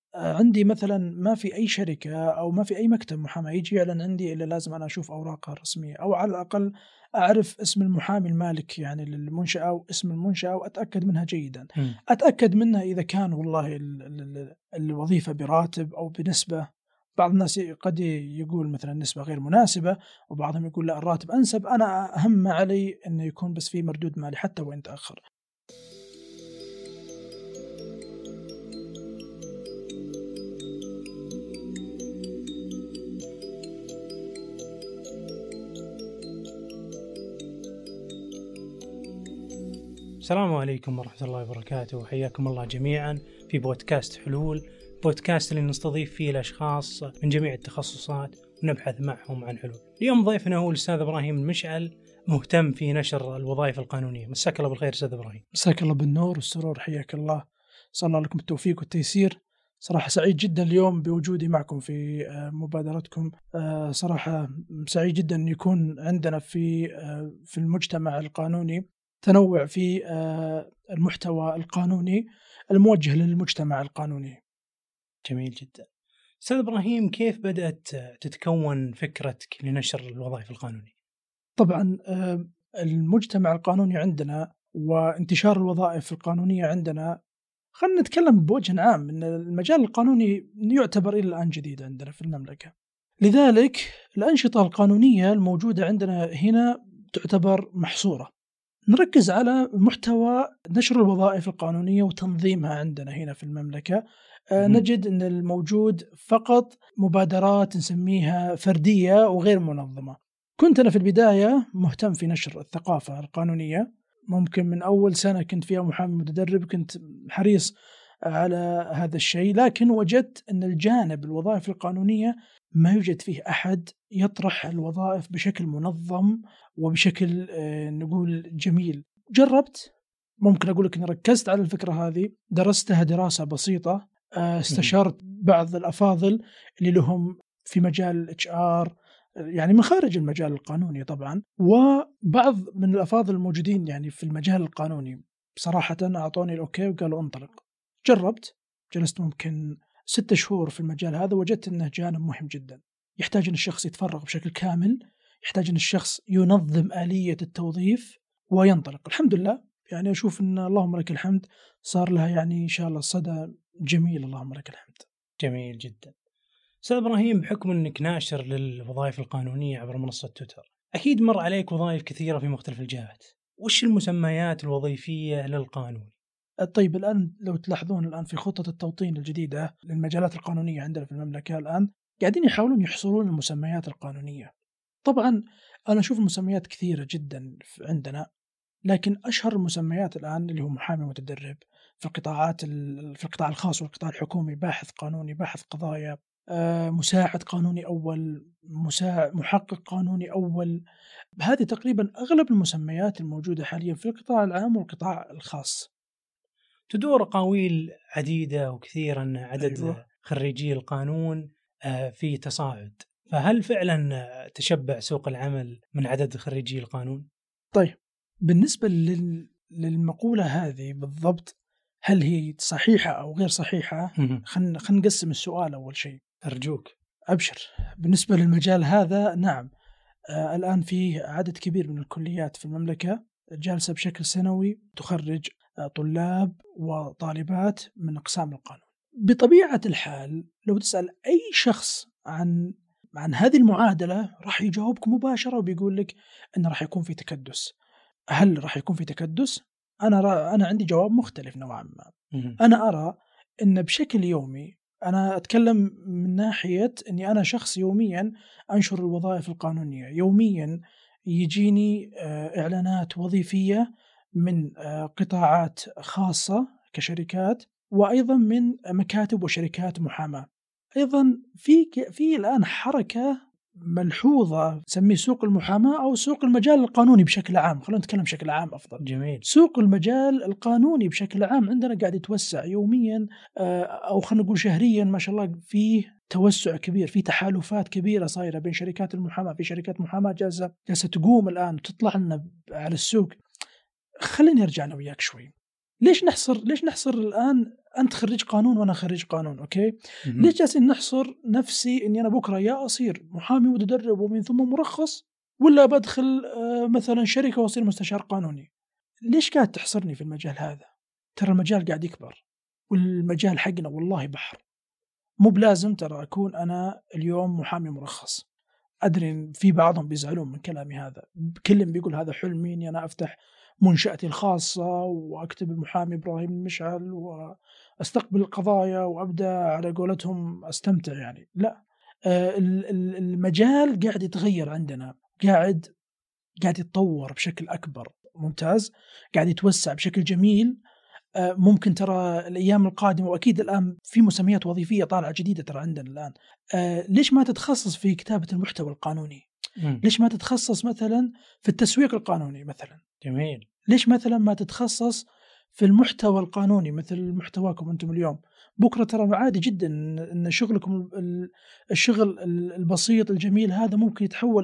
عندي مثلا ما في أي شركة أو ما في أي مكتب محاماة يجي يعلن عندي إلا لازم أنا أشوف أوراقها الرسمية، أو على الأقل أعرف اسم المحامي المالك يعني للمنشأة واسم المنشأة وأتأكد منها جيدا. أتأكد منها إذا كان والله الوظيفة براتب أو بنسبة. بعض الناس قد يقول مثلا نسبة غير مناسبة، وبعضهم يقول لا الراتب أنسب. أنا أهم ما علي أنه يكون بس في مردود مالي حتى وإن تأخر. السلام عليكم ورحمة الله وبركاته، حياكم الله جميعا في بودكاست حلول، بودكاست اللي نستضيف فيه الأشخاص من جميع التخصصات ونبحث معهم عن حلول. اليوم ضيفنا هو الأستاذ إبراهيم المشعل، مهتم في نشر الوظائف القانونية. مساك الله بالخير أستاذ إبراهيم. مساك الله بالنور والسرور، حياك الله، صلى الله لكم التوفيق والتيسير. صراحة سعيد جدا اليوم بوجودي معكم في مبادرتكم. صراحة سعيد جدا أن يكون عندنا في المجتمع القانوني تنوع في المحتوى القانوني الموجه للمجتمع القانوني. جميل جدا. أستاذ إبراهيم، كيف بدأت تتكون فكرتك لنشر الوظائف القانونية؟ طبعا المجتمع القانوني عندنا وانتشار الوظائف القانونية عندنا، خلنا نتكلم بوجه عام أن المجال القانوني يعتبر إلى الآن جديد عندنا في المملكة. لذلك الأنشطة القانونية الموجودة عندنا هنا تعتبر محصورة. نركز على محتوى نشر الوظائف القانونية وتنظيمها عندنا هنا في المملكة. نجد أن الموجود فقط مبادرات نسميها فردية وغير منظمة. كنت أنا في البداية مهتم في نشر الثقافة القانونية، ممكن من أول سنة كنت فيها محامي متدرب، كنت حريص على هذا الشيء، لكن وجدت أن الجانب الوظائف القانونية ما يوجد فيه أحد يطرح الوظائف بشكل منظم وبشكل نقول جميل. جربت، ممكن أقول لك أن ركزت على الفكرة هذه، درستها دراسة بسيطة، استشرت بعض الأفاضل اللي لهم في مجال HR، يعني من خارج المجال القانوني طبعا، وبعض من الأفاضل الموجودين يعني في المجال القانوني بصراحة أعطوني الأوكي وقالوا انطلق. جربت، جلست ممكن 6 شهور في المجال هذا، وجدت أنه جانب مهم جدا، يحتاج أن الشخص يتفرغ بشكل كامل، يحتاج أن الشخص ينظم آلية التوظيف وينطلق. الحمد لله، يعني أشوف أن اللهم لك الحمد صار لها يعني إن شاء الله صدى جميل، اللهم لك الحمد. جميل جدا. أستاذ إبراهيم، بحكم أنك ناشر للوظائف القانونية عبر منصة تويتر، أكيد مر عليك وظائف كثيرة في مختلف الجهات. وش المسميات الوظيفية للقانون؟ طيب الآن لو تلاحظون الآن في خطة التوطين الجديدة للمجالات القانونية عندنا في المملكة، الآن قاعدين يحاولون يحصرون المسميات القانونية. طبعا أنا أشوف المسميات كثيرة جدا عندنا، لكن أشهر المسميات الآن اللي هو محامي متدرب في في القطاع الخاص والقطاع الحكومي، باحث قانوني، باحث قضايا، مساعد قانوني أول، محقق قانوني أول. هذه تقريبا أغلب المسميات الموجودة حاليا في القطاع العام والقطاع الخاص. تدور أقاويل عديدة وكثيرا أن عدد خريجي القانون في تصاعد، فهل فعلا تشبع سوق العمل من عدد خريجي القانون؟ طيب بالنسبة للمقولة هذه بالضبط، هل هي صحيحة أو غير صحيحة؟ خلنا نقسم السؤال. أول شيء أرجوك. أبشر، بالنسبة للمجال هذا نعم، الآن فيه عدد كبير من الكليات في المملكة جالسة بشكل سنوي تخرج طلاب وطالبات من أقسام القانون. بطبيعة الحال لو تسأل أي شخص عن هذه المعادلة راح يجاوبك مباشرة وبيقول لك أن راح يكون في تكدس. هل راح يكون في تكدس؟ أنا عندي جواب مختلف نوعا ما. أنا أرى أن بشكل يومي، أنا أتكلم من ناحية أني أنا شخص يوميا أنشر الوظائف القانونية، يوميا يجيني إعلانات وظيفية من قطاعات خاصة كشركات، وأيضا من مكاتب وشركات محاماة. أيضا في الآن حركة ملحوظة نسميه سوق المحاماة أو سوق المجال القانوني بشكل عام، خلونا نتكلم بشكل عام أفضل. جميل. سوق المجال القانوني بشكل عام عندنا قاعد يتوسع يوميا، أو خلينا نقول شهريا، ما شاء الله فيه توسع كبير، في تحالفات كبيرة صايرة بين شركات المحاماة، في شركات محاماة جالسة تقوم الآن وتطلع لنا على السوق. خليني أرجع أنا وياك شوي. ليش نحصر الآن أنت خريج قانون وأنا خريج قانون، أوكي؟ ليش جالسين نحصر نفسي إني أنا بكرة يا أصير محامي متدرب ومن ثم مرخص، ولا بدخل مثلا شركة وأصير مستشار قانوني؟ ليش قاعد تحصرني في المجال هذا؟ ترى المجال قاعد يكبر، والمجال حقنا والله بحر. مو بلازم ترى أكون أنا اليوم محامي مرخص. أدري إن في بعضهم بيزعلون من كلامي هذا، كلهم بيقول هذا حلمي إني أنا أفتح منشأتي الخاصة وأكتب المحامي إبراهيم المشعل وأستقبل القضايا وأبدأ على قولتهم أستمتع يعني. لا، المجال قاعد يتغير عندنا، قاعد يتطور بشكل أكبر، ممتاز، قاعد يتوسع بشكل جميل. ممكن ترى الأيام القادمة، وأكيد الآن في مسميات وظيفية طالعة جديدة ترى عندنا الآن. ليش ما تتخصص في كتابة المحتوى القانوني؟ ليش ما تتخصص مثلا في التسويق القانوني مثلا؟ جميل. ليش مثلا ما تتخصص في المحتوى القانوني مثل محتواكم أنتم اليوم؟ بكرة ترى عادي جدا أن شغلكم الشغل البسيط الجميل هذا ممكن يتحول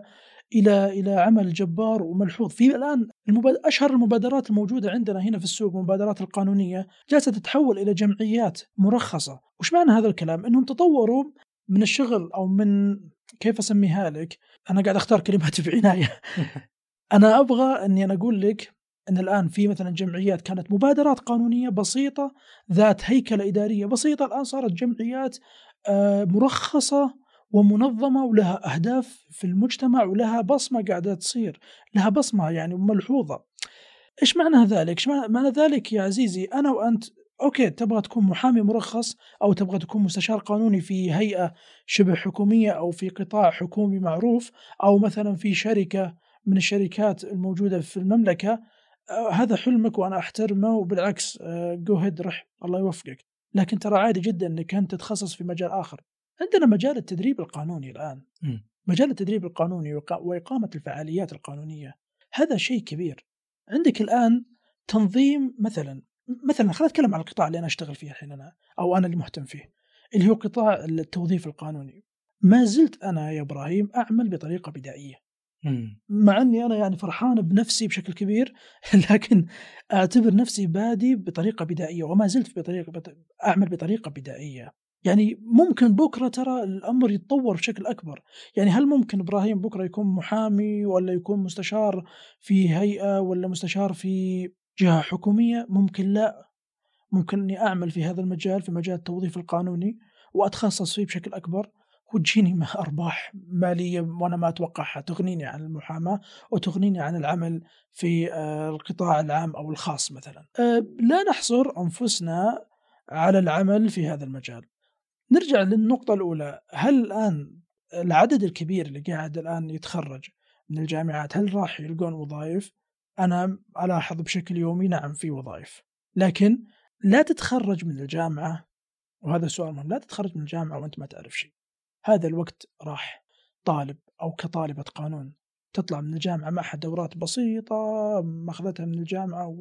إلى عمل جبار وملحوظ. في الآن أشهر المبادرات الموجودة عندنا هنا في السوق، المبادرات القانونية جالسة تتحول إلى جمعيات مرخصة. وش معنى هذا الكلام؟ إنهم تطوروا من الشغل، أو من كيف أسميها لك، أنا قاعد أختار كلمات بعناية. أنا أبغى أني أنا أقول لك أن الآن في مثلا جمعيات كانت مبادرات قانونية بسيطة ذات هيكلة إدارية بسيطة، الآن صارت جمعيات مرخصة ومنظمة ولها أهداف في المجتمع ولها بصمة قاعدة تصير، لها بصمة يعني ملحوظة. إيش معنى ذلك؟ إيش معنى ذلك يا عزيزي؟ أنا وأنت أوكي، تبغى تكون محامي مرخص أو تبغى تكون مستشار قانوني في هيئة شبه حكومية أو في قطاع حكومي معروف، أو مثلا في شركة من الشركات الموجودة في المملكة، هذا حلمك وأنا أحترمه، وبالعكس جو هيد رح الله يوفقك. لكن ترى عادي جدا أنك أنت تتخصص في مجال آخر. عندنا مجال التدريب القانوني الآن، مجال التدريب القانوني وإقامة الفعاليات القانونية، هذا شيء كبير. عندك الآن تنظيم مثلا خلينا نتكلم عن القطاع اللي أنا أشتغل فيه الحين أنا، أو أنا اللي مهتم فيه، اللي هو قطاع التوظيف القانوني. ما زلت أنا يا إبراهيم أعمل بطريقة بدائية، مع أني أنا يعني فرحان بنفسي بشكل كبير، لكن أعتبر نفسي بادي بطريقة بدائية، وما زلت أعمل بطريقة بدائية. يعني ممكن بكرة ترى الأمر يتطور بشكل أكبر. يعني هل ممكن إبراهيم بكرة يكون محامي، ولا يكون مستشار في هيئة، ولا مستشار في جهة حكومية؟ ممكن لا، ممكن أني أعمل في هذا المجال، في مجال التوظيف القانوني، وأتخصص فيه بشكل أكبر، وتجيني أرباح مالية وأنا ما أتوقعها تغنيني عن المحاماة وتغنيني عن العمل في القطاع العام أو الخاص مثلا. لا نحصر أنفسنا على العمل في هذا المجال. نرجع للنقطة الأولى، هل الآن العدد الكبير اللي قاعد الآن يتخرج من الجامعات هل راح يلقون وظائف؟ أنا ألاحظ بشكل يومي نعم في وظائف، لكن لا تتخرج من الجامعة، وهذا سؤال مهم، لا تتخرج من الجامعة وأنت ما تعرف شيء. هذا الوقت راح. طالب أو كطالبة قانون تطلع من الجامعة معها دورات بسيطة ماخذتها من الجامعة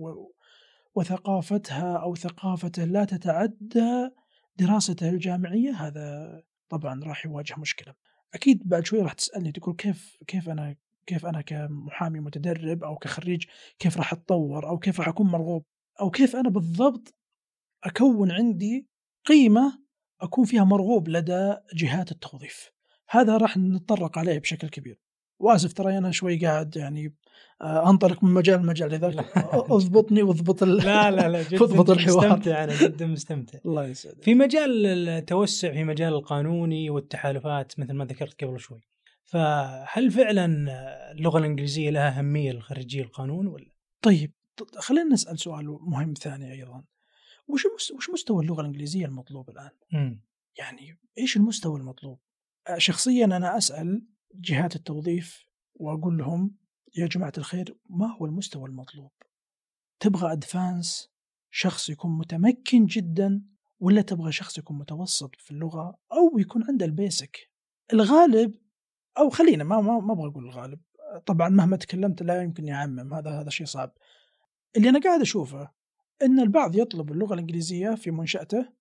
وثقافتها أو ثقافته لا تتعدى دراسته الجامعية، هذا طبعا راح يواجه مشكلة. أكيد بعد شوي راح تسألني تقول كيف أنا كمحامي متدرب أو كخريج كيف راح أتطور، أو كيف راح أكون مرغوب، أو كيف أنا بالضبط أكون عندي قيمة أكون فيها مرغوب لدى جهات التوظيف. هذا راح نتطرق عليه بشكل كبير. وآسف ترى أنا شوي قاعد يعني أنطلق من مجال لذلك أضبطني واضبط لا اضبط الحوار. مستمتع، أنا جدا مستمتع. الله يسعدك. في مجال التوسع في مجال القانوني والتحالفات مثل ما ذكرت قبل شوي، فهل فعلا اللغة الإنجليزية لها أهمية لخريجي القانون ولا؟ طيب خلينا نسأل سؤال مهم ثاني أيضا، وش مستوى اللغة الإنجليزية المطلوب الآن؟ يعني إيش المستوى المطلوب؟ شخصيا أنا أسأل جهات التوظيف وأقول لهم يا جماعة الخير، ما هو المستوى المطلوب؟ تبغى أدفانس شخص يكون متمكن جدا، ولا تبغى شخص يكون متوسط في اللغة أو يكون عنده البيسك؟ الغالب، أو خلينا ما أبغى أقول الغالب، طبعا مهما تكلمت لا يمكن يعمم، هذا شيء صعب. اللي أنا قاعد أشوفه إن البعض يطلب اللغة الإنجليزية في منشأته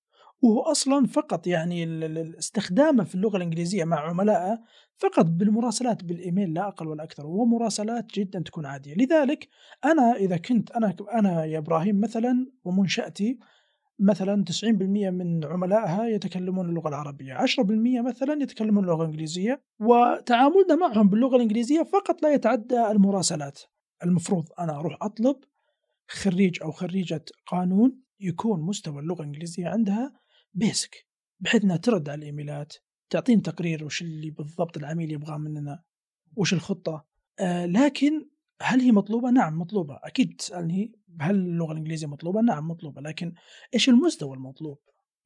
وهو أصلا فقط يعني استخدامه في اللغة الإنجليزية مع عملائه فقط بالمراسلات بالإيميل لا أقل ولا أكثر، ومراسلات جدا تكون عادية. لذلك أنا إذا كنت أنا يا إبراهيم مثلا ومنشأتي مثلا 90% من عملائها يتكلمون اللغة العربية، 10% مثلا يتكلمون اللغة الإنجليزية، وتعاملنا معهم باللغة الإنجليزية فقط لا يتعدى المراسلات. المفروض أنا أروح أطلب خريج أو خريجة قانون يكون مستوى اللغة الإنجليزية عندها بيسك، بحيث أنها ترد على الإيميلات، تعطين تقرير وش اللي بالضبط العميل يبغى مننا، وش الخطة. لكن هل هي مطلوبة؟ نعم مطلوبة. أكيد تسألني هل اللغة الإنجليزية مطلوبة؟ نعم مطلوبة، لكن إيش المستوى المطلوب؟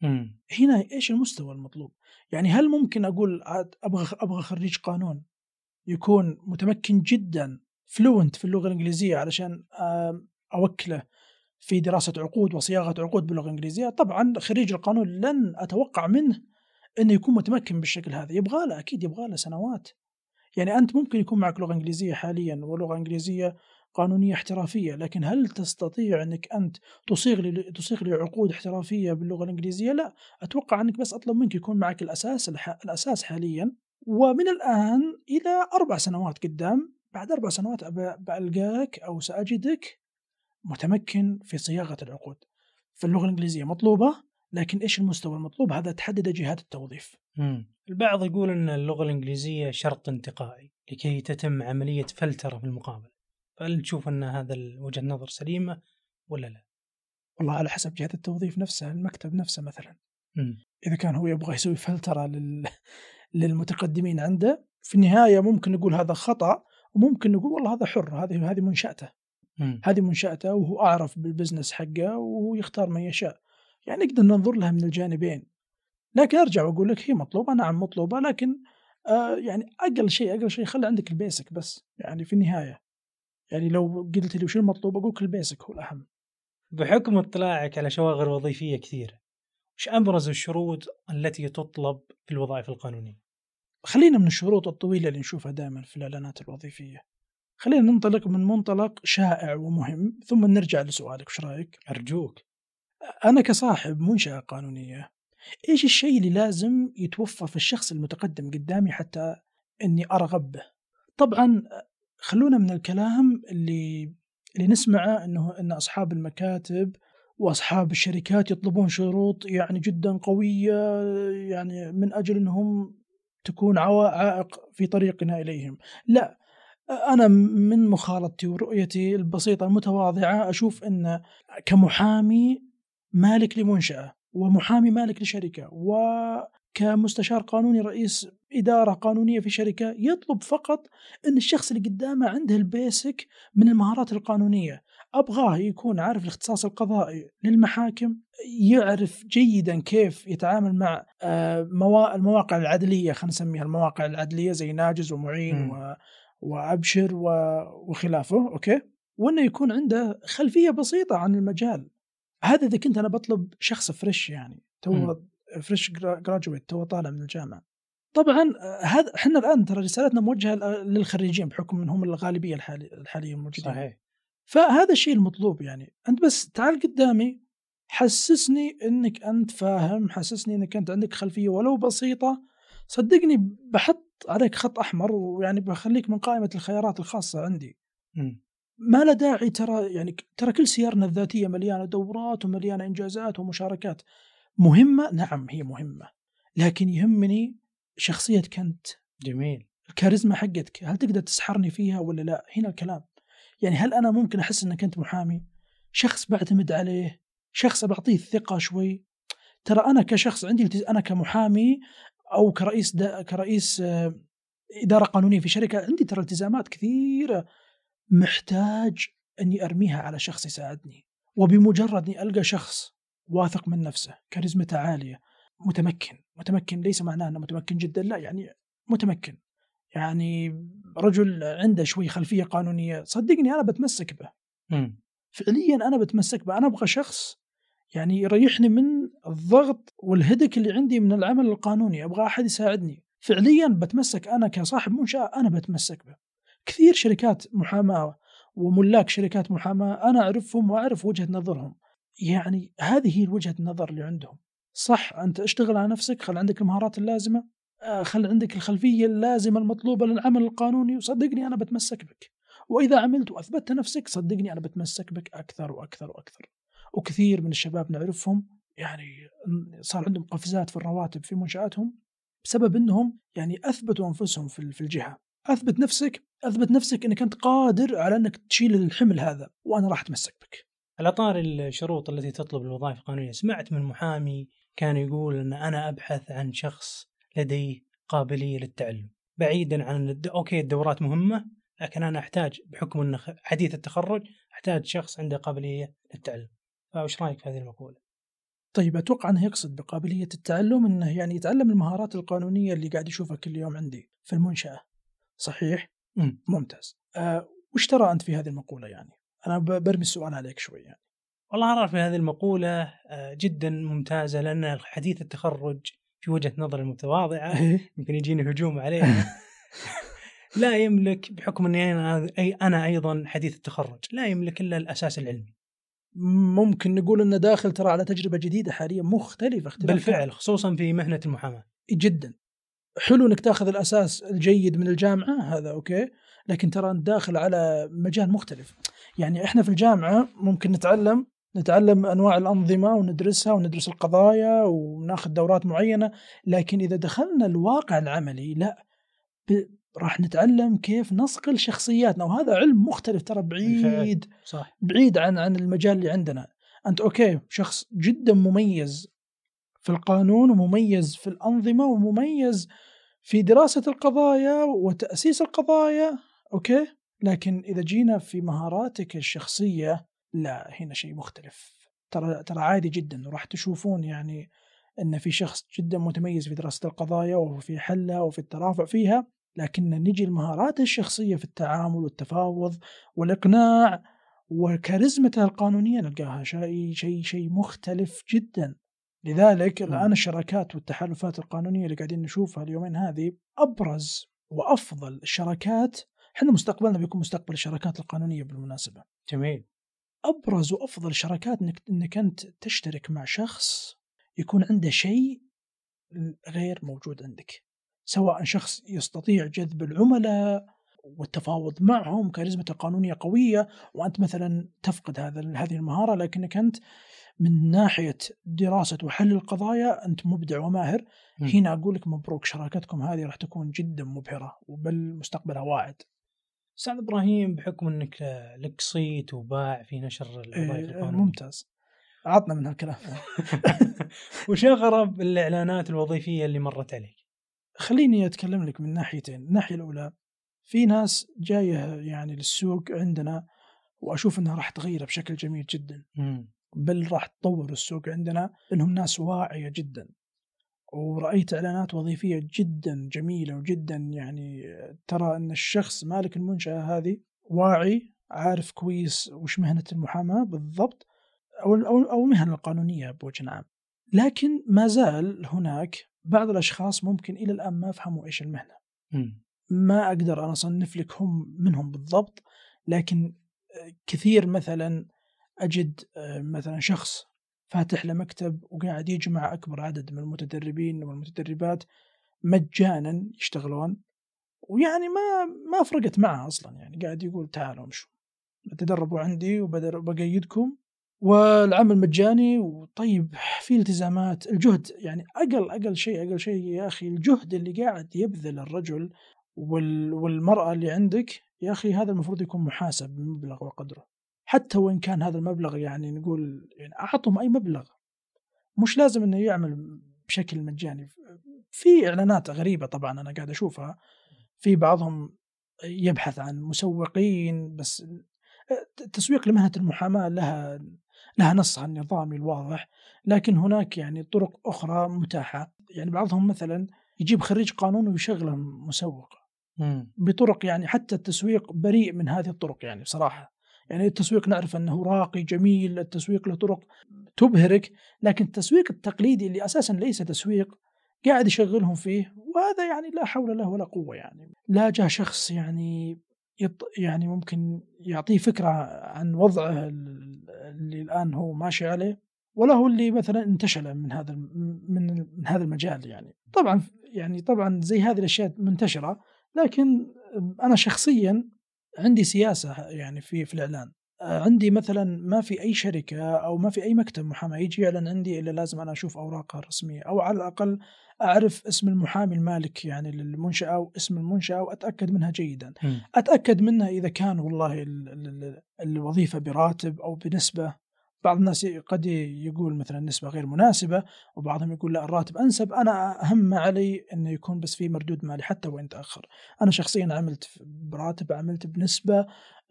هنا إيش المستوى المطلوب؟ يعني هل ممكن أقول أبغى خريج قانون يكون متمكن جدا فلوينت في اللغة الإنجليزية علشان أوكله في دراسة عقود وصياغة عقود باللغة الإنجليزية؟ طبعا خريج القانون لن أتوقع منه أنه يكون متمكن بالشكل هذا. يبغى له، أكيد يبغى له سنوات. يعني أنت ممكن يكون معك لغة إنجليزية حاليا ولغة إنجليزية قانونية احترافية، لكن هل تستطيع أنك أنت تصيغ لي عقود احترافية باللغة الإنجليزية؟ لا. أتوقع أنك بس أطلب منك يكون معك الأساس حاليا، ومن الآن إلى 4 سنوات قدام، بعد 4 سنوات بألقاك أو سأجدك متمكن في صياغة العقود. فاللغة الإنجليزية مطلوبة، لكن إيش المستوى المطلوب؟ هذا تحدد جهات التوظيف. البعض يقول أن اللغة الإنجليزية شرط انتقائي لكي تتم عملية فلترة في المقابلة، فهل تشوف أن هذا وجهة نظر سليمة ولا لا؟ والله على حسب جهة التوظيف نفسها، المكتب نفسه مثلا. إذا كان هو يبغى يسوي فلترة للمتقدمين عنده، في النهاية ممكن نقول هذا خطأ، وممكن نقول والله هذا حر، هذه منشأته. هذه منشأته وهو أعرف بالبزنس حقه وهو يختار من يشاء. يعني نقدر ننظر لها من الجانبين. لكن أرجع وأقول لك هي مطلوبة، نعم مطلوبة، لكن يعني أقل شيء خلي عندك البيسك بس. يعني في النهاية يعني لو قلت لي وش المطلوب أقول لك البيسك هو الأهم. بحكم اطلاعك على شواغر وظيفية كثيرة، وش أبرز الشروط التي تطلب في الوظائف القانونية؟ خلينا من الشروط الطويلة اللي نشوفها دائما في الإعلانات الوظيفية. خلينا ننطلق من منطلق شائع ومهم، ثم نرجع لسؤالك. وش رأيك؟ أرجوك. أنا كصاحب منشأة قانونية، إيش الشيء اللي لازم يتوفر في الشخص المتقدم قدامي حتى أني أرغب به؟ طبعا خلونا من الكلام اللي نسمعه أن أصحاب المكاتب وأصحاب الشركات يطلبون شروط يعني جدا قوية، يعني من أجل أنهم تكون عائق في طريقنا إليهم. لا، أنا من مخالطتي ورؤيتي البسيطة المتواضعة أشوف أن كمحامي مالك لمنشأة، ومحامي مالك لشركة، وكمستشار قانوني رئيس إدارة قانونية في شركة، يطلب فقط أن الشخص اللي قدامه عنده البيسك من المهارات القانونية. أبغاه يكون عارف الاختصاص القضائي للمحاكم، يعرف جيدا كيف يتعامل مع المواقع العدلية، خلينا نسميها المواقع العدلية زي ناجز ومعين وأبشر وخلافه، أوكي، وأنه يكون عنده خلفية بسيطة عن المجال هذا. إذا كنت أنا بطلب شخص فريش، يعني تو فريش جراجويت، تو طالع من الجامعة. طبعا هذا احنا الآن ترى رسالتنا موجهة للخريجين بحكم أنهم الغالبية الحالية موجودين. صحيح. فهذا الشيء المطلوب. يعني أنت بس تعال قدامي، حسسني أنك أنت فاهم، حسسني أنك أنت عندك خلفية ولو بسيطة، صدقني بحط عليك خط أحمر، ويعني بخليك من قائمة الخيارات الخاصة عندي. ما له داعي، ترى كل سيارنا الذاتية مليانة دورات ومليانة إنجازات ومشاركات مهمة. نعم هي مهمة، لكن يهمني شخصيتك أنت. جميل. الكاريزما حقتك، هل تقدر تسحرني فيها ولا لا؟ هنا الكلام. يعني هل أنا ممكن أحس أنك أنت محامي، شخص بعتمد عليه، شخص بعطيه الثقة شوي؟ ترى أنا كشخص عندي، أنا كمحامي أو كرئيس إدارة قانونية في شركة، عندي ترى التزامات كثيرة محتاج أني أرميها على شخص يساعدني. وبمجرد أني ألقى شخص واثق من نفسه، كاريزمته عالية، متمكن ليس معناه أنه متمكن جدا، لا، يعني متمكن، يعني رجل عنده شوي خلفية قانونية، صدقني أنا بتمسك به. فعليا أنا بتمسك به. أنا أبغى شخص يعني يريحني من الضغط والهدك اللي عندي من العمل القانوني، أبغى أحد يساعدني فعليا. بتمسك أنا كصاحب منشأة، أنا بتمسك به. كثير شركات محاماة وملاك شركات محاماة أنا أعرفهم وأعرف وجهة نظرهم، يعني هذه هي وجهة النظر اللي عندهم. صح، أنت اشتغل على نفسك، خل عندك المهارات اللازمة، خل عندك الخلفية اللازمة المطلوبة للعمل القانوني، وصدقني أنا بتمسك بك. وإذا عملت وأثبتت نفسك صدقني أنا بتمسك بك أكثر وأكثر وأكثر. وكثير من الشباب نعرفهم يعني صار عندهم قفزات في الرواتب في منشآتهم بسبب أنهم يعني أثبتوا أنفسهم في الجهة. أثبت نفسك أنك أنت قادر على أنك تشيل الحمل هذا، وأنا راح أتمسك بك. على طار الشروط التي تطلب الوظائف القانونية، سمعت من محامي كان يقول أن أنا أبحث عن شخص لديه قابلية للتعلم، بعيدا عن أوكي الدورات مهمة، لكن أنا أحتاج بحكم أنه حديث التخرج أحتاج شخص عنده قابلية للتعلم. فإيش رأيك في هذه المقولة؟ طيب أتوقع أنه يقصد بقابلية التعلم أنه يعني يتعلم المهارات القانونية اللي قاعد يشوفها كل يوم عندي في المنشأة. صحيح؟ ممتاز. وش ترى أنت في هذه المقولة؟ يعني أنا برمي السؤال عليك شوي. يعني والله أرى في هذه المقولة جدا ممتازة، لأن حديث التخرج في وجهة نظر المتواضعة يمكن يجيني هجوم عليها لا يملك، بحكم أني أنا أيضا حديث التخرج، لا يملك إلا الأساس العلمي. ممكن نقول أنه داخل ترى على تجربة جديدة حاليا مختلفة بالفعل، خصوصا في مهنة المحاماة. جدا حلو أنك تأخذ الأساس الجيد من الجامعة، هذا أوكي، لكن ترى أنت داخل على مجال مختلف. يعني إحنا في الجامعة ممكن نتعلم أنواع الأنظمة وندرسها وندرس القضايا وناخذ دورات معينة، لكن إذا دخلنا الواقع العملي لا، راح نتعلم كيف نصقل شخصياتنا، وهذا علم مختلف ترى، بعيد صح. بعيد عن المجال اللي عندنا. أنت أوكي شخص جدا مميز في القانون ومميز في الأنظمة ومميز في دراسة القضايا وتأسيس القضايا، أوكي، لكن إذا جينا في مهاراتك الشخصية لا، هنا شيء مختلف. ترى عادي جدا، وراح تشوفون يعني أن في شخص جدا متميز في دراسة القضايا وفي حلها وفي الترافع فيها، لكن نجي المهارات الشخصية في التعامل والتفاوض والإقناع وكاريزمته القانونية نلقاها شيء مختلف جدا. لذلك الآن الشراكات والتحالفات القانونية اللي قاعدين نشوفها اليومين هذه أبرز وأفضل الشراكات. احنا مستقبلنا بيكون مستقبل الشراكات القانونية بالمناسبة. جميل. أبرز وأفضل شراكات إنك أنت تشترك مع شخص يكون عنده شيء غير موجود عندك، سواء شخص يستطيع جذب العملاء والتفاوض معهم، كاريزمته القانونية قوية، وأنت مثلا تفقد هذه المهارة، لكنك أنت من ناحية دراسة وحل القضايا أنت مبدع وماهر. هنا أقول لك مبروك، شراكتكم هذه راح تكون جدا مبهرة وبل مستقبلها واعد. سعد إبراهيم، بحكم أنك لك صيت وباع في نشر الوظائف القانونية، ممتاز، عطنا من هالكلام وش أغرب الإعلانات الوظيفية اللي مرت عليك؟ خليني أتكلم لك من ناحيتين. الناحية الأولى، في ناس جاية يعني للسوق عندنا وأشوف أنها راح تغير بشكل جميل جدا، بل راح تطور السوق عندنا، لأنهم ناس واعية جدا. ورأيت إعلانات وظيفية جدا جميلة وجدا يعني ترى أن الشخص مالك المنشأة هذه واعي، عارف كويس وش مهنة المحاماة بالضبط أو المهنة القانونية بوجه عام. لكن ما زال هناك بعض الأشخاص ممكن إلى الآن ما فهموا إيش المهنة. ما أقدر أنا أصنف لك هم منهم بالضبط، لكن كثير مثلا أجد مثلا شخص فاتح له مكتب وقاعد يجمع أكبر عدد من المتدربين والمتدربات مجانا يشتغلون، ويعني ما فرقت معه أصلا، يعني قاعد يقول تعالوا امشوا تدربوا عندي وبقيدكم والعمل مجاني. وطيب في التزامات، الجهد يعني أقل شيء يا أخي، الجهد اللي قاعد يبذل الرجل والمرأة اللي عندك يا أخي هذا المفروض يكون محاسب بمبلغ وقدره، حتى وإن كان هذا المبلغ يعني نقول يعني أعطهم أي مبلغ، مش لازم أنه يعمل بشكل مجاني. في إعلانات غريبة طبعا أنا قاعد أشوفها، في بعضهم يبحث عن مسوقين، بس التسويق لمهنة المحاماة لها نصها النظامي الواضح، لكن هناك يعني طرق أخرى متاحة. يعني بعضهم مثلا يجيب خريج قانون ويشغله مسوق بطرق، يعني حتى التسويق بريء من هذه الطرق يعني بصراحة. يعني التسويق نعرف أنه راقي جميل، التسويق له طرق تبهرك، لكن التسويق التقليدي اللي أساسا ليس تسويق قاعد يشغلهم فيه، وهذا يعني لا حول له ولا قوة. يعني لا جاء شخص يعني ممكن يعطيه فكرة عن وضعه اللي الآن هو ماشي عليه، ولا هو اللي مثلا انتشل من هذا المجال. طبعا زي هذه الاشياء منتشره، لكن انا شخصيا عندي سياسه يعني في الاعلان. عندي مثلا ما في اي شركه او ما في اي مكتب محاماه يجي يعلن عندي الا لازم انا اشوف اوراقها الرسميه، او على الاقل اعرف اسم المحامي المالك يعني للمنشاه واسم المنشاه واتاكد منها جيدا. اتاكد منها اذا كان والله الوظيفه براتب او بنسبه. بعض الناس قد يقول مثلا نسبة غير مناسبة، وبعضهم يقول لا الراتب أنسب. أنا أهم ما علي أنه يكون بس في مردود مالي حتى وإن تأخر. أنا شخصيا عملت براتب، عملت بنسبة،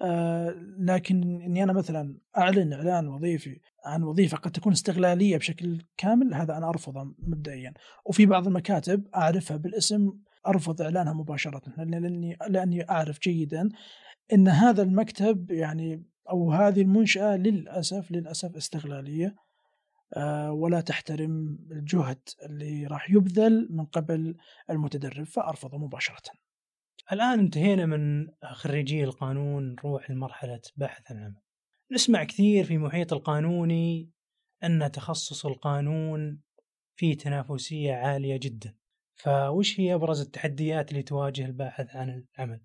لكن أني أنا مثلا أعلن إعلان وظيفي عن وظيفة قد تكون استغلالية بشكل كامل، هذا أنا أرفضه مبدئيا. وفي بعض المكاتب أعرفها بالاسم أرفض إعلانها مباشرة، لأني أعرف جيدا أن هذا المكتب يعني أو هذه المنشأة للأسف استغلالية، ولا تحترم الجهد اللي راح يبذل من قبل المتدرب، فأرفضه مباشرة. الآن انتهينا من خريجي القانون، نروح لمرحلة بحث عن عمل. نسمع كثير في محيط القانوني أن تخصص القانون فيه تنافسية عالية جدا، فوش هي أبرز التحديات اللي تواجه الباحث عن العمل؟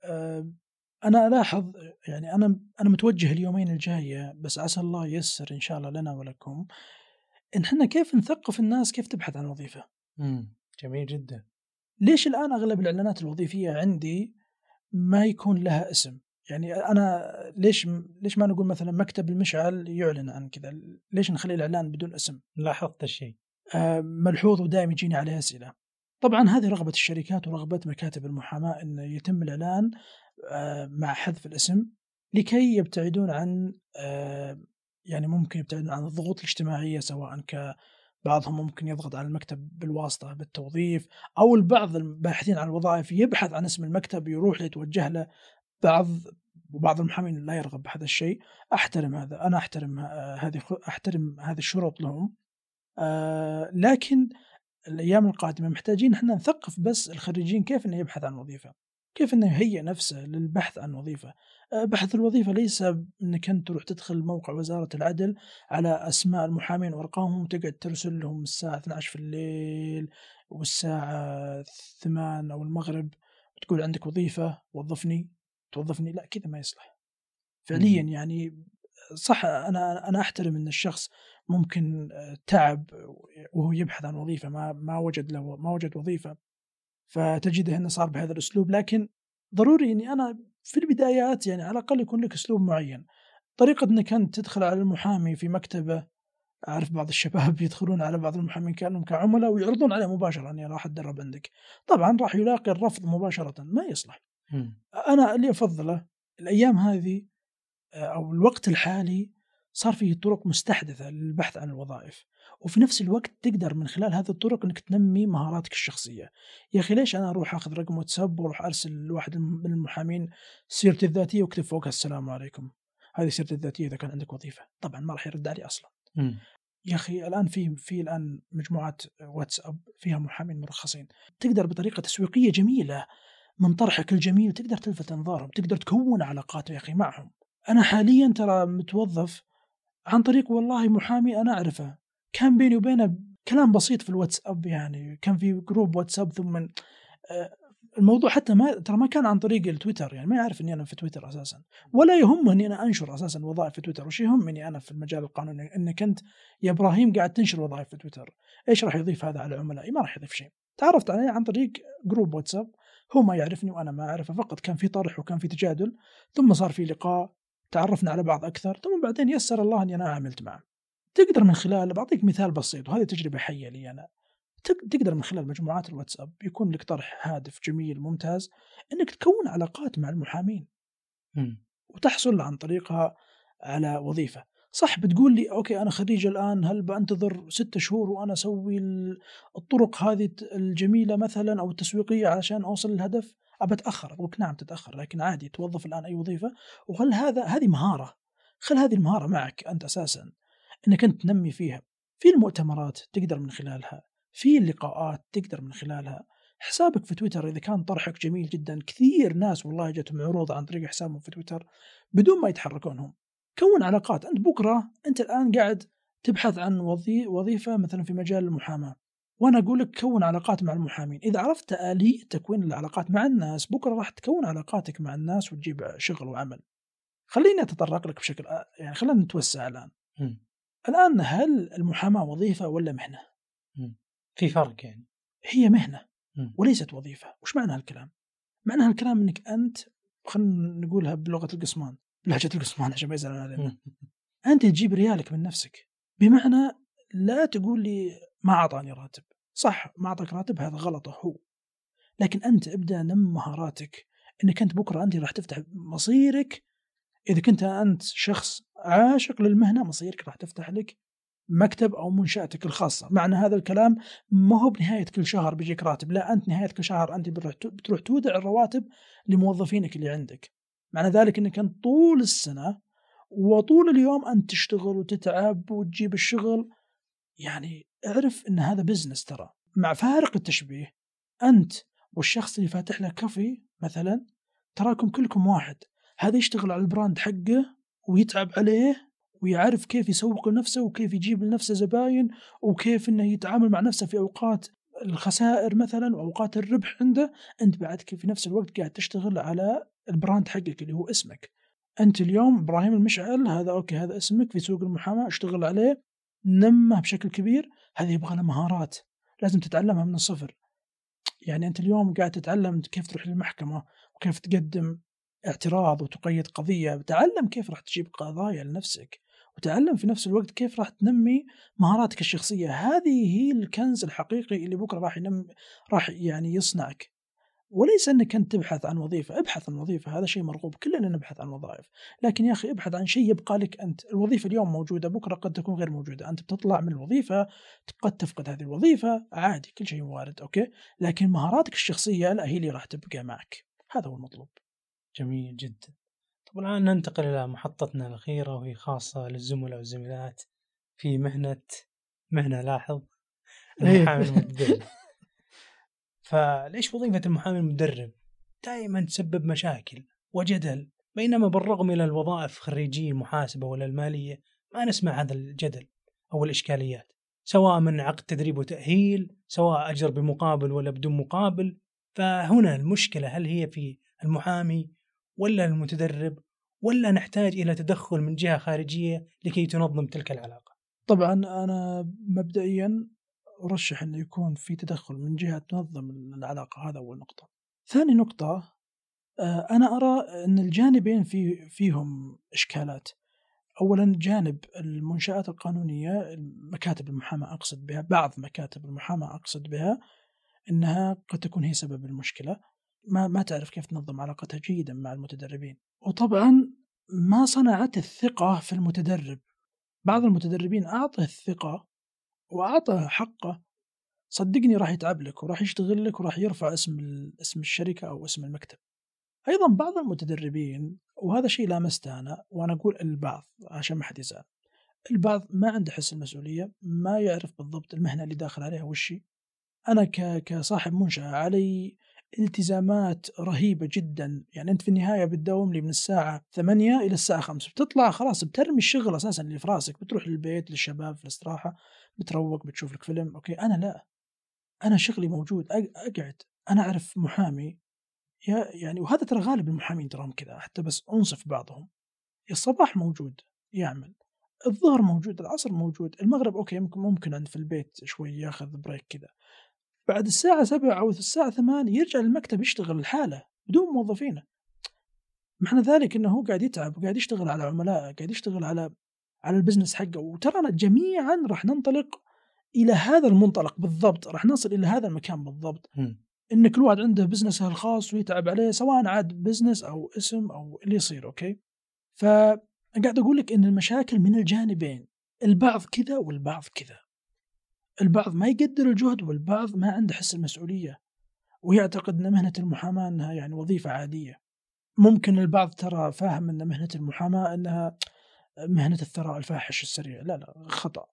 أنا ألاحظ يعني أنا متوجه اليومين الجاية، بس عسى الله ييسر إن شاء الله لنا ولكم، إن إحنا كيف نثقف الناس كيف تبحث عن وظيفة. جميل جدا. ليش الآن أغلب الإعلانات الوظيفية عندي ما يكون لها اسم؟ يعني أنا ليش ما نقول مثلا مكتب المشعل يعلن عن كذا؟ ليش نخلي الإعلان بدون اسم؟ لاحظت الشيء ملحوظ ودائما يجيني عليه أسئلة. طبعا هذه رغبة الشركات ورغبة مكاتب المحاماة أن يتم الإعلان مع حذف الاسم، لكي يبتعدون عن يعني ممكن يبتعدون عن الضغوط الاجتماعية، سواء بعضهم ممكن يضغط على المكتب بالواسطة بالتوظيف، أو البعض الباحثين عن الوظائف يبحث عن اسم المكتب يروح يتوجه له. وبعض المحامين لا يرغب بهذا الشيء. أحترم هذا، أنا أحترم هذه الشروط لهم. لكن الأيام القادمة محتاجين احنا نثقف بس الخريجين كيف انه يبحث عن وظيفة، كيف انه يهيئ نفسه للبحث عن وظيفة. بحث الوظيفة ليس انك انت تروح تدخل موقع وزارة العدل على اسماء المحامين وارقامهم وتقعد ترسل لهم الساعة 12 في الليل والساعة 8 او المغرب وتقول عندك وظيفة توظفني. لا، كذا ما يصلح فعليا. يعني صح، أنا أحترم أن الشخص ممكن تعب وهو يبحث عن وظيفة، ما وجد وظيفة، فتجده أنه صار بهذا الأسلوب. لكن ضروري أني أنا في البدايات يعني على الأقل يكون لك أسلوب معين، طريقة أنك أنت تدخل على المحامي في مكتبه. أعرف بعض الشباب يدخلون على بعض المحامين كأنهم كعملاء ويعرضون عليه مباشرة أني راح أتدرب عندك. طبعا راح يلاقي الرفض مباشرة، ما يصلح. أنا اللي أفضله الأيام هذه أو الوقت الحالي صار فيه طرق مستحدثة للبحث عن الوظائف، وفي نفس الوقت تقدر من خلال هذه الطرق أنك تنمي مهاراتك الشخصية. يا أخي ليش أنا أروح أخذ رقم واتساب وأروح أرسل لواحد من المحامين سيرتي الذاتية واكتب فوقها السلام عليكم، هذه سيرتي الذاتية إذا كان عندك وظيفة؟ طبعا ما راح يرد علي أصلا. يا أخي الآن في الآن مجموعات واتساب فيها محامين مرخصين، تقدر بطريقة تسويقية جميلة من طرحك الجميل تقدر تلفت أنظارهم، تقدر تكون علاقات يا أخي معهم. أنا حاليا ترى متوظف عن طريق والله محامي أنا أعرفه، كان بيني وبينه كلام بسيط في الواتساب، يعني كان في جروب واتساب، ثم الموضوع حتى ما كان عن طريق التويتر، يعني ما يعرف أني أنا في تويتر أساسا، ولا يهمه أني أنا أنشر أساسا وظائف في تويتر. وش يهمني أنا في المجال القانوني أنك أنت يا إبراهيم قاعد تنشر وظائف في تويتر؟ إيش راح يضيف هذا على عملائي؟ ما راح يضيف شيء. تعرفت عليه عن طريق جروب واتساب، هو ما يعرفني وأنا ما أعرفه، فقط كان في طرح وكان في تجادل، ثم صار في لقاء، تعرفنا على بعض أكثر، ثم بعدين يسر الله أني أنا عملت معه. تقدر من خلال، بعطيك مثال بسيط وهذه تجربة حية لي أنا، تقدر من خلال مجموعات الواتساب يكون لك طرح هادف جميل ممتاز أنك تكون علاقات مع المحامين وتحصل عن طريقها على وظيفة. صح بتقول لي أوكي أنا خريج الآن، هل بأنتظر 6 شهور وأنا أسوي الطرق هذه الجميلة مثلا أو التسويقية عشان أوصل للهدف؟ أبتأخر. أقولك نعم تتأخر، لكن عادي توظف الآن أي وظيفة. وهل هذه مهارة؟ خل هذه المهارة معك أنت أساسا أنك أنت تنمي فيها. في المؤتمرات تقدر من خلالها، في اللقاءات تقدر من خلالها، حسابك في تويتر إذا كان طرحك جميل جدا، كثير ناس والله جاتهم عروض عن طريق حسابهم في تويتر بدون ما يتحركونهم. كون علاقات. أنت بكرة، أنت الآن قاعد تبحث عن وظيفة مثلا في مجال المحاماة، وأنا أقول لك كون علاقات مع المحامين. إذا عرفت آلية تكوين العلاقات مع الناس، بكرة راح تكون علاقاتك مع الناس وتجيب شغل وعمل. خليني أتطرق لك بشكل يعني خلينا نتوسع الآن. الآن هل المحاماة وظيفة ولا مهنة؟ في فرق يعني. هي مهنة وليست وظيفة. وش معنى هالكلام؟ معنى هالكلام أنك أنت، خلينا نقولها بلغة القسمان، بلهجة القسمان عشان ما يزعلون علينا، أنت تجيب ريالك من نفسك. بمعنى لا تقول لي ما أعطاني راتب. صح، ما أعطاك راتب، هذا غلطه هو، لكن أنت ابدأ نم مهاراتك، أنك أنت بكرة أنت راح تفتح مصيرك. إذا كنت أنت شخص عاشق للمهنة، مصيرك راح تفتح لك مكتب أو منشأتك الخاصة. معنى هذا الكلام ما هو بنهاية كل شهر بيجيك راتب، لا، أنت نهاية كل شهر أنت بتروح تودع الرواتب لموظفينك اللي عندك. معنى ذلك أنك أنت طول السنة وطول اليوم أنت تشتغل وتتعب وتجيب الشغل. يعني اعرف أن هذا بزنس ترى. مع فارق التشبيه، أنت والشخص اللي فاتح له كافي مثلا، تراكم كلكم واحد. هذا يشتغل على البراند حقه ويتعب عليه ويعرف كيف يسوق لنفسه وكيف يجيب لنفسه زباين وكيف انه يتعامل مع نفسه في اوقات الخسائر مثلا واوقات الربح عنده. انت بعد في نفس الوقت قاعد تشتغل على البراند حقك اللي هو اسمك. انت اليوم ابراهيم المشعل، هذا اوكي، هذا اسمك في سوق المحاماة، اشتغل عليه، نمه بشكل كبير. هذه يبغى لها مهارات لازم تتعلمها من الصفر. يعني أنت اليوم قاعد تتعلم كيف تروح للمحكمة وكيف تقدم اعتراض وتقيد قضية. تعلم كيف راح تجيب قضايا لنفسك، وتعلم في نفس الوقت كيف راح تنمي مهاراتك الشخصية. هذه هي الكنز الحقيقي اللي بكرة راح يعني يصنعك. وليس أنك أنت تبحث عن وظيفة. ابحث عن وظيفة، هذا شيء مرغوب، كلنا نبحث عن وظائف، لكن يا أخي ابحث عن شيء يبقى لك أنت. الوظيفة اليوم موجودة، بكرة قد تكون غير موجودة. أنت بتطلع من الوظيفة، قد تفقد هذه الوظيفة، عادي، كل شيء وارد، أوكي. لكن مهاراتك الشخصية لا، هي اللي راح تبقى معك. هذا هو المطلوب. جميل جدا. طب الآن ننتقل إلى محطتنا الأخيرة، وهي خاصة للزملاء والزميلات في مهنة لاحظ المحامي المدرب. فليش وظيفة المحامي المدرب دائما تسبب مشاكل وجدل، بينما بالرغم من الوظائف خريجي المحاسبة ولا المالية ما نسمع هذا الجدل أو الإشكاليات، سواء من عقد تدريب وتأهيل، سواء أجر بمقابل ولا بدون مقابل. فهنا المشكلة، هل هي في المحامي ولا المتدرب، ولا نحتاج إلى تدخل من جهة خارجية لكي تنظم تلك العلاقة؟ طبعا أنا مبدئيا أرشح أنه يكون في تدخل من جهة تنظم العلاقة. هذا أول نقطة. ثاني نقطة، أنا أرى أن الجانبين فيهم إشكالات. أولا جانب المنشآت القانونية، مكاتب المحاماة أقصد بها، بعض مكاتب المحاماة أقصد بها، أنها قد تكون هي سبب المشكلة. ما تعرف كيف تنظم علاقتها جيدا مع المتدربين. وطبعا ما صنعت الثقة في المتدرب. بعض المتدربين أعطه الثقة وأعطه حقه، صدقني راح يتعب لك وراح يشتغل لك وراح يرفع اسم الشركة أو اسم المكتب. أيضا بعض المتدربين، وهذا شيء لامسته أنا، وأنا أقول البعض عشان ما حد يزعل، البعض ما عنده حس المسؤولية، ما يعرف بالضبط المهنة اللي داخل عليها وشي. أنا كصاحب منشأة علي التزامات رهيبة جدا. يعني أنت في النهاية بتداوم لي من الساعة 8 إلى الساعة 5، بتطلع خلاص بترمي الشغل أساسا اللي في راسك، بتروح للبيت للشباب في الاستراحة، بتروق، بتشوف لك فيلم، أوكي. أنا لا، أنا شغلي موجود، أقعد. أنا أعرف محامي يعني، وهذا ترى غالب المحامين تراهم كذا، حتى بس أنصف بعضهم. الصباح موجود يعمل، الظهر موجود، العصر موجود، المغرب أوكي ممكن عند في البيت شوي ياخذ بريك كذا. بعد الساعة 7 أو الساعة 8 يرجع للمكتب يشتغل لحاله بدون موظفينه. معنى ذلك أنه هو قاعد يتعب وقاعد يشتغل على عملائه، قاعد يشتغل على البزنس حقه. وترانا جميعا راح ننطلق إلى هذا المنطلق بالضبط، راح نصل إلى هذا المكان بالضبط. إن كل واحد عنده بزنسه الخاص ويتعب عليه، سواء عاد بزنس أو اسم أو اللي يصير، أوكي. فقاعد أقول لك إن المشاكل من الجانبين، البعض كذا والبعض كذا. البعض ما يقدر الجهد، والبعض ما عنده حس المسؤولية ويعتقد أن مهنة المحاماة أنها يعني وظيفة عادية. ممكن البعض ترى فاهم أن مهنة المحاماة أنها مهنة الثراء الفاحش السريع. لا، خطأ.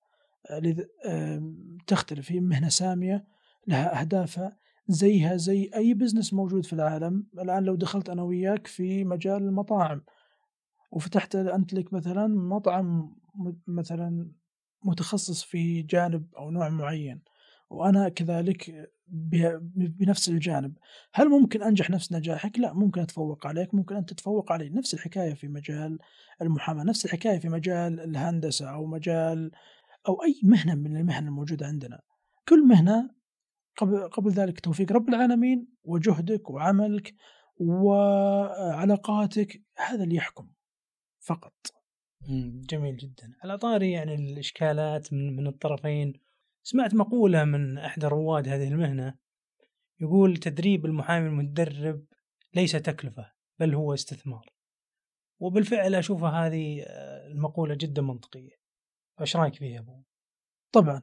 تختلف. هي مهنة سامية لها أهدافها، زيها زي أي بزنس موجود في العالم. الآن لو دخلت أنا وياك في مجال المطاعم وفتحت أنت لك مثلا مطعم مثلا متخصص في جانب أو نوع معين وأنا كذلك بنفس الجانب، هل ممكن أنجح نفس نجاحك؟ لا، ممكن أتفوق عليك، ممكن أنت تتفوق علي. نفس الحكاية في مجال المحاماة، نفس الحكاية في مجال الهندسة أو مجال أو أي مهنة من المهن الموجودة عندنا. كل مهنة قبل ذلك توفيق رب العالمين وجهدك وعملك وعلاقاتك، هذا اللي يحكم فقط. جميل جدا. على طاري يعني الإشكالات من الطرفين، سمعت مقولة من أحد رواد هذه المهنة يقول: تدريب المحامي المتدرب ليس تكلفة بل هو استثمار. وبالفعل أشوفها هذه المقولة جدا منطقية. إيش رأيك فيها أبو؟ طبعا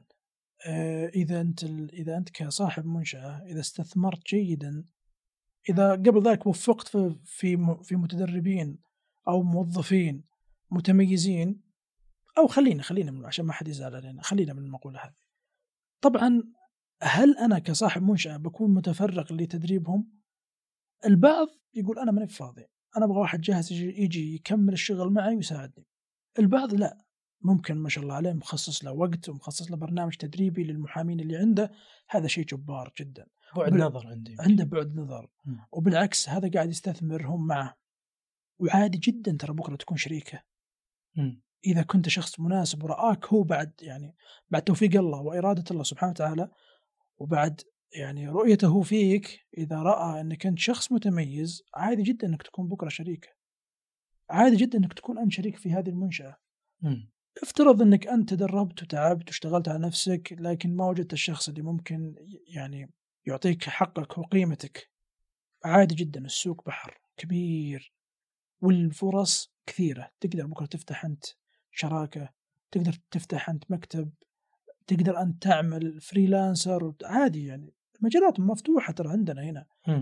إذا أنت كصاحب منشأة، إذا استثمرت جيدا، إذا قبل ذلك وفقت في متدربين أو موظفين متميزين، أو خلينا عشان ما حد يزعل علينا، خلينا من المقولة هذه. طبعا هل أنا كصاحب منشأة بكون متفرغ لتدريبهم؟ البعض يقول أنا ماني فاضي، أنا أبغى واحد جاهز يجي يكمل الشغل معي ويساعدني. البعض لا، ممكن ما شاء الله عليه مخصص له وقت ومخصص له برنامج تدريبي للمحامين اللي عنده، هذا شيء جبار جدا. بعد نظر عنده بعد نظر، وبالعكس هذا قاعد يستثمرهم معه، وعادي جدا ترى بكرة تكون شريكه. إذا كنت شخص مناسب ورآك هو بعد توفيق الله وإرادة الله سبحانه وتعالى، وبعد يعني رؤيته فيك، إذا رأى أنك أنت شخص متميز، عادي جدا أنك تكون بكرة شريكه، عادي جدا أنك تكون أنت شريك في هذه المنشأة. افترض أنك أنت تدربت وتعبت واشتغلت على نفسك، لكن ما وجدت الشخص اللي ممكن يعني يعطيك حقك وقيمتك. عادي جدا، السوق بحر كبير والفرص كثيرة. تقدر بكرة تفتح أنت شراكة، تقدر تفتح أنت مكتب، تقدر أنت تعمل فريلانسر، عادي يعني المجالات مفتوحة ترى عندنا هنا.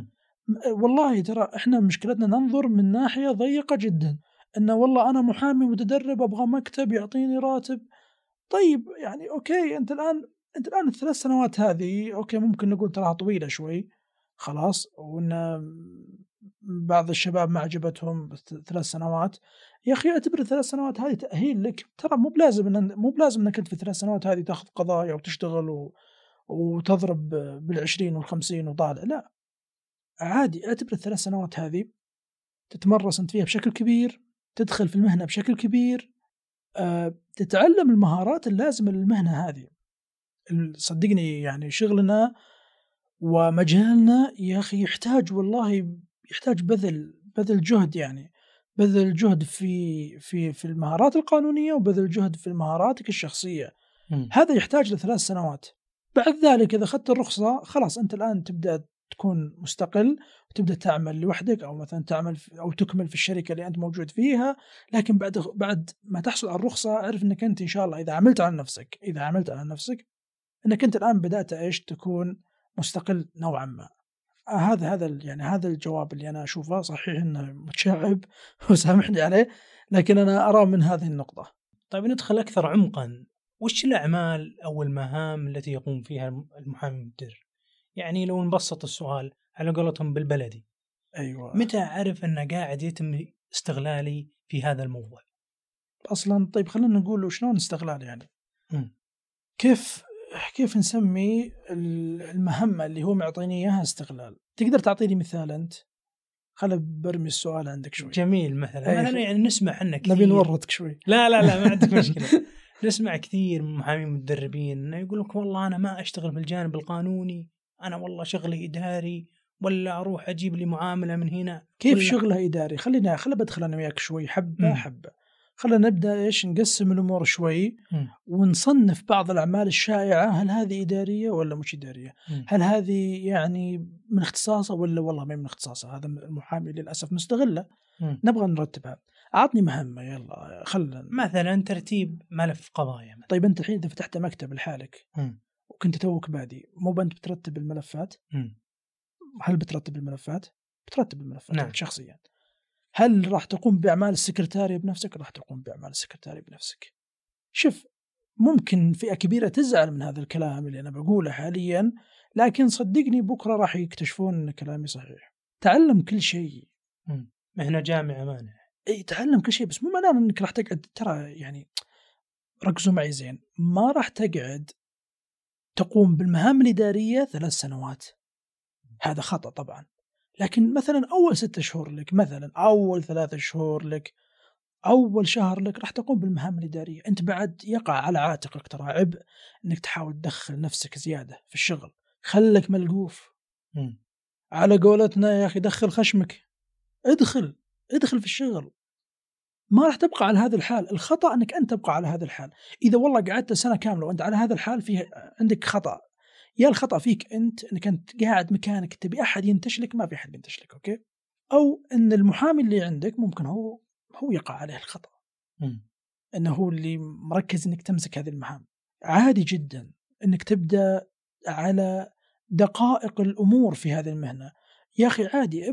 والله ترى إحنا مشكلتنا ننظر من ناحية ضيقة جدا، إنه والله أنا محامي متدرب أبغى مكتب يعطيني راتب. طيب يعني أوكي، أنت الآن 3 سنوات هذه أوكي ممكن نقول تراها طويلة شوي خلاص، وإن بعض الشباب ما عجبتهم 3 سنوات. يا أخي اعتبر 3 سنوات هذه تأهيل لك، ترى مو بلازم إنك أنت في 3 سنوات هذه تأخذ قضايا وتشتغل وتضرب بال20 وال50 وطالع. لا، عادي اعتبر 3 سنوات هذه تتمرس أنت فيها بشكل كبير، تدخل في المهنة بشكل كبير، تتعلم المهارات اللازمة للمهنة هذه. صدقني يعني شغلنا ومجالنا يا أخي يحتاج بذل جهد، يعني بذل جهد في المهارات القانونية، وبذل جهد في مهاراتك الشخصية. هذا يحتاج ل3 سنوات. بعد ذلك إذا أخذت الرخصة خلاص، أنت الآن تبدأ تكون مستقل وتبدأ تعمل لوحدك، أو مثلا تعمل أو تكمل في الشركة اللي أنت موجود فيها. لكن بعد ما تحصل على الرخصة، أعرف أنك أنت إن شاء الله إذا عملت على نفسك أنك أنت الآن بدأت تكون مستقل نوعا ما. هذا الجواب اللي أنا أشوفه صحيح إنه متشعب وسامحني عليه، لكن أنا أرى من هذه النقطة. طيب ندخل أكثر عمقا، وش الأعمال أو المهام التي يقوم فيها المحامي المتدرب؟ يعني لو نبسط السؤال على قولتهم بالبلدي، أيوة، متى أعرف أنه قاعد يتم استغلالي في هذا الموضوع أصلا؟ طيب خلينا نقول شلون استغلال يعني. كيف نسمي المهمة اللي هو معطيني إياها استغلال؟ تقدر تعطيني مثال أنت؟ خلنا برمي السؤال عندك شوي. جميل. مثلا يعني نسمع عنك كثير. نبي نورطك شوي. لا ما عندك مشكلة. نسمع كثير من محامين متدربين يقول لك والله أنا ما أشتغل في الجانب القانوني، أنا والله شغلي إداري، ولا أروح أجيب لي معاملة من هنا. كيف شغلها إداري؟ خلينا بدخل أنا وياك شوي حبة. خلينا نبدأ نقسم الأمور شوي ونصنف بعض الأعمال الشائعة، هل هذه إدارية ولا مش إدارية؟ هل هذه يعني من اختصاصه ولا والله ما من اختصاصه؟ هذا المحامي للأسف مستغله. نبغى نرتبها. أعطني مهمة يلا. مثلا ترتيب ملف قضايا مثلا. طيب أنت الحين إذا فتحت مكتب لحالك وكنت توك بادي، مو بأنت بترتب الملفات؟ هل بترتب الملفات؟ بترتب الملفات. نعم. شخصيا هل راح تقوم بأعمال السكرتارية بنفسك؟ راح تقوم بأعمال السكرتارية بنفسك. شوف، ممكن فئة كبيرة تزعل من هذا الكلام اللي أنا بقوله حاليا، لكن صدقني بكرة راح يكتشفون أن كلامي صحيح. تعلم كل شيء. مهنة جامعة مانع. تعلم كل شيء، بس مو معناه أنك راح تقعد. ترى يعني ركزوا معي زين، ما راح تقعد تقوم بالمهام الإدارية 3 سنوات، هذا خطأ طبعا. لكن مثلا أول 6 شهور لك، مثلا أول 3 شهور لك، أول شهر لك راح تقوم بالمهام الإدارية. أنت بعد يقع على عاتقك ترى عبء أنك تحاول تدخل نفسك زيادة في الشغل، خلك ملقوف. على قولتنا يا أخي دخل خشمك، ادخل في الشغل، ما راح تبقى على هذا الحال. الخطأ أنك أنت تبقى على هذا الحال. إذا والله قعدت سنة كاملة وأنت على هذا الحال، فيه عندك خطأ. يا الخطأ فيك أنت أنك أنت قاعد مكانك تبي أحد ينتشلك، ما في أحد ينتشلك، أوكي؟ أو أن المحامي اللي عندك ممكن هو يقع عليه الخطأ، أنه هو اللي مركز أنك تمسك هذه المهام. عادي جدا أنك تبدأ على دقائق الأمور في هذه المهنة. يا أخي عادي،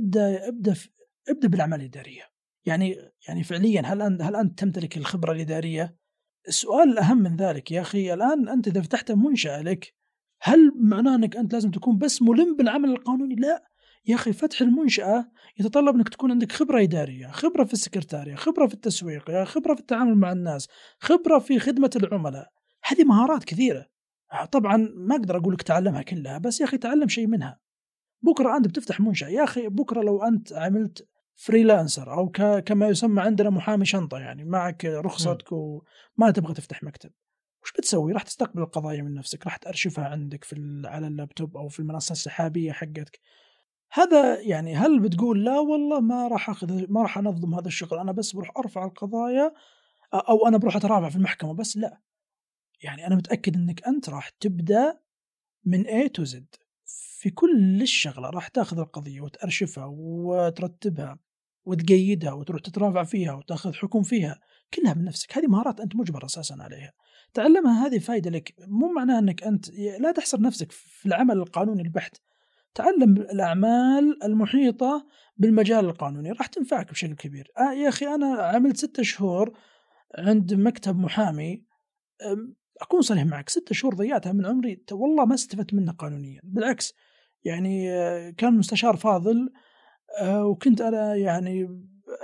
ابدأ بالأعمال الإدارية. يعني فعليا هل أنت تمتلك الخبرة الإدارية؟ السؤال الأهم من ذلك يا أخي، الآن أنت إذا فتحت منشأة لك، هل معناه أنك أنت لازم تكون بس ملم بالعمل القانوني؟ لا يا أخي، فتح المنشأة يتطلب أنك تكون عندك خبرة إدارية، خبرة في السكرتارية، خبرة في التسويق، خبرة في التعامل مع الناس، خبرة في خدمة العملاء. هذه مهارات كثيرة. طبعا ما أقدر أقول لك تعلمها كلها، بس يا أخي تعلم شيء منها. بكرة أنت بتفتح منشأة يا أخي، بكرة لو أنت عملت فريلانسر أو كما يسمى عندنا محامي شنطة، يعني معك رخصتك وما تبغى تفتح مكتب، وش بتسوي؟ راح تستقبل القضايا من نفسك، راح تأرشفها عندك على اللابتوب أو في المنصة السحابية حقتك. هذا يعني هل بتقول لا والله ما راح أنظم هذا الشغل، أنا بس بروح أرفع القضايا أو أنا بروح أترافع في المحكمة بس؟ لا، يعني أنا متأكد أنك أنت راح تبدأ من A to Z في كل الشغلة. راح تأخذ القضية وتأرشفها وترتبها وتقيدها وتروح تترافع فيها وتأخذ حكم فيها، كلها من نفسك. هذه مهارات أنت مجبر أساسا عليها، تعلمها. هذه فايدة لك، مو معناه أنك أنت لا تحصر نفسك في العمل القانوني البحت. تعلم الأعمال المحيطة بالمجال القانوني، راح تنفعك بشكل كبير. يا أخي أنا عملت 6 شهور عند مكتب محامي، أكون صريح معك، 6 شهور ضيعتها من عمري والله ما استفدت منها قانونيا، بالعكس. يعني كان مستشار فاضل، وكنت أنا يعني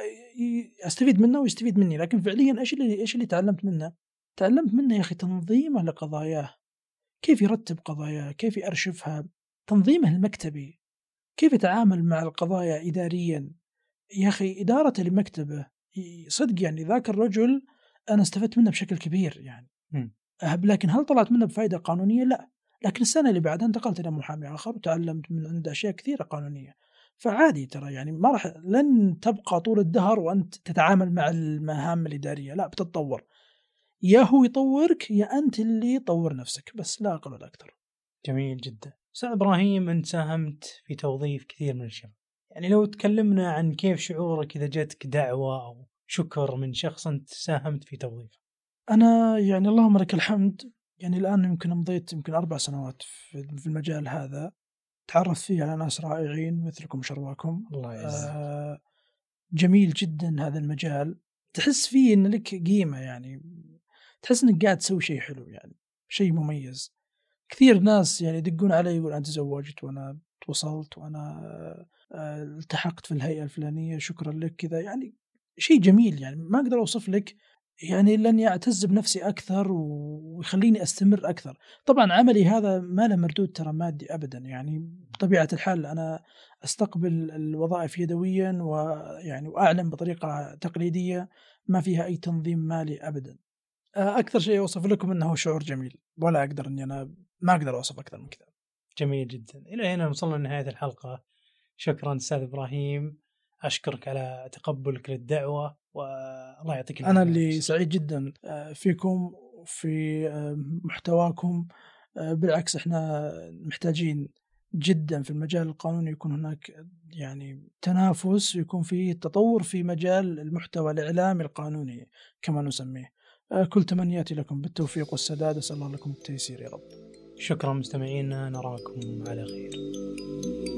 أستفيد منه ويستفيد مني، لكن فعليا إيش اللي تعلمت منه؟ تعلمت منه يا أخي تنظيمه لقضاياه، كيف يرتب قضاياه، كيف يأرشفها، تنظيمه المكتبي، كيف يتعامل مع القضايا إداريا. يا أخي إدارة لمكتبه، صدق يعني ذاك الرجل أنا استفدت منه بشكل كبير يعني. لكن هل طلعت منه بفائدة قانونية؟ لا. لكن السنة اللي بعدها انتقلت إلى محامي آخر وتعلمت من عنده أشياء كثيرة قانونية. فعادي ترى، يعني لن تبقى طول الدهر وأنت تتعامل مع المهام الإدارية، لا، بتتطور. يا هو يطورك يا أنت اللي طور نفسك، بس لا أقل ولا أكثر. جميل جدا. أستاذ إبراهيم، أنت ساهمت في توظيف كثير من الشباب، يعني لو تكلمنا عن كيف شعورك إذا جاتك دعوة أو شكر من شخص أنت ساهمت في توظيفه. أنا يعني اللهم لك الحمد، يعني الآن يمكن مضيت 4 سنوات في المجال هذا، تعرفت فيه على ناس رائعين مثلكم شرواكم. الله يعزك. جميل جدا هذا المجال، تحس فيه إن لك قيمة، يعني تحس إنك قاعد تسوي شيء حلو، يعني شيء مميز. كثير ناس يعني يدقون علي يقول أنا تزوجت وأنا توصلت وأنا التحقت في الهيئة الفلانية، شكرا لك كذا، يعني شيء جميل. يعني ما أقدر أوصف لك، يعني لن يعتز بنفسي أكثر ويخليني أستمر أكثر. طبعا عملي هذا ما له مردود ترى مادي أبدا، يعني بطبيعة الحال أنا أستقبل الوظائف يدويا وأعلم بطريقة تقليدية ما فيها أي تنظيم مالي أبدا. أكثر شيء أوصف لكم أنه شعور جميل، ولا أقدر أني أنا ما أقدر أوصف أكثر من كذا. جميل جدا. إلى هنا وصلنا لنهاية الحلقة. شكرا أستاذ إبراهيم، أشكرك على تقبلك للدعوة والله يعطيك العافية. أنا اللي سعيد جدا فيكم وفي محتواكم. بالعكس إحنا محتاجين جدا في المجال القانوني يكون هناك يعني تنافس، ويكون فيه تطور في مجال المحتوى الإعلامي القانوني كما نسميه. كل تمنياتي لكم بالتوفيق والسداد، أسأل الله لكم التيسير يا رب. شكرا مستمعينا، نراكم على خير.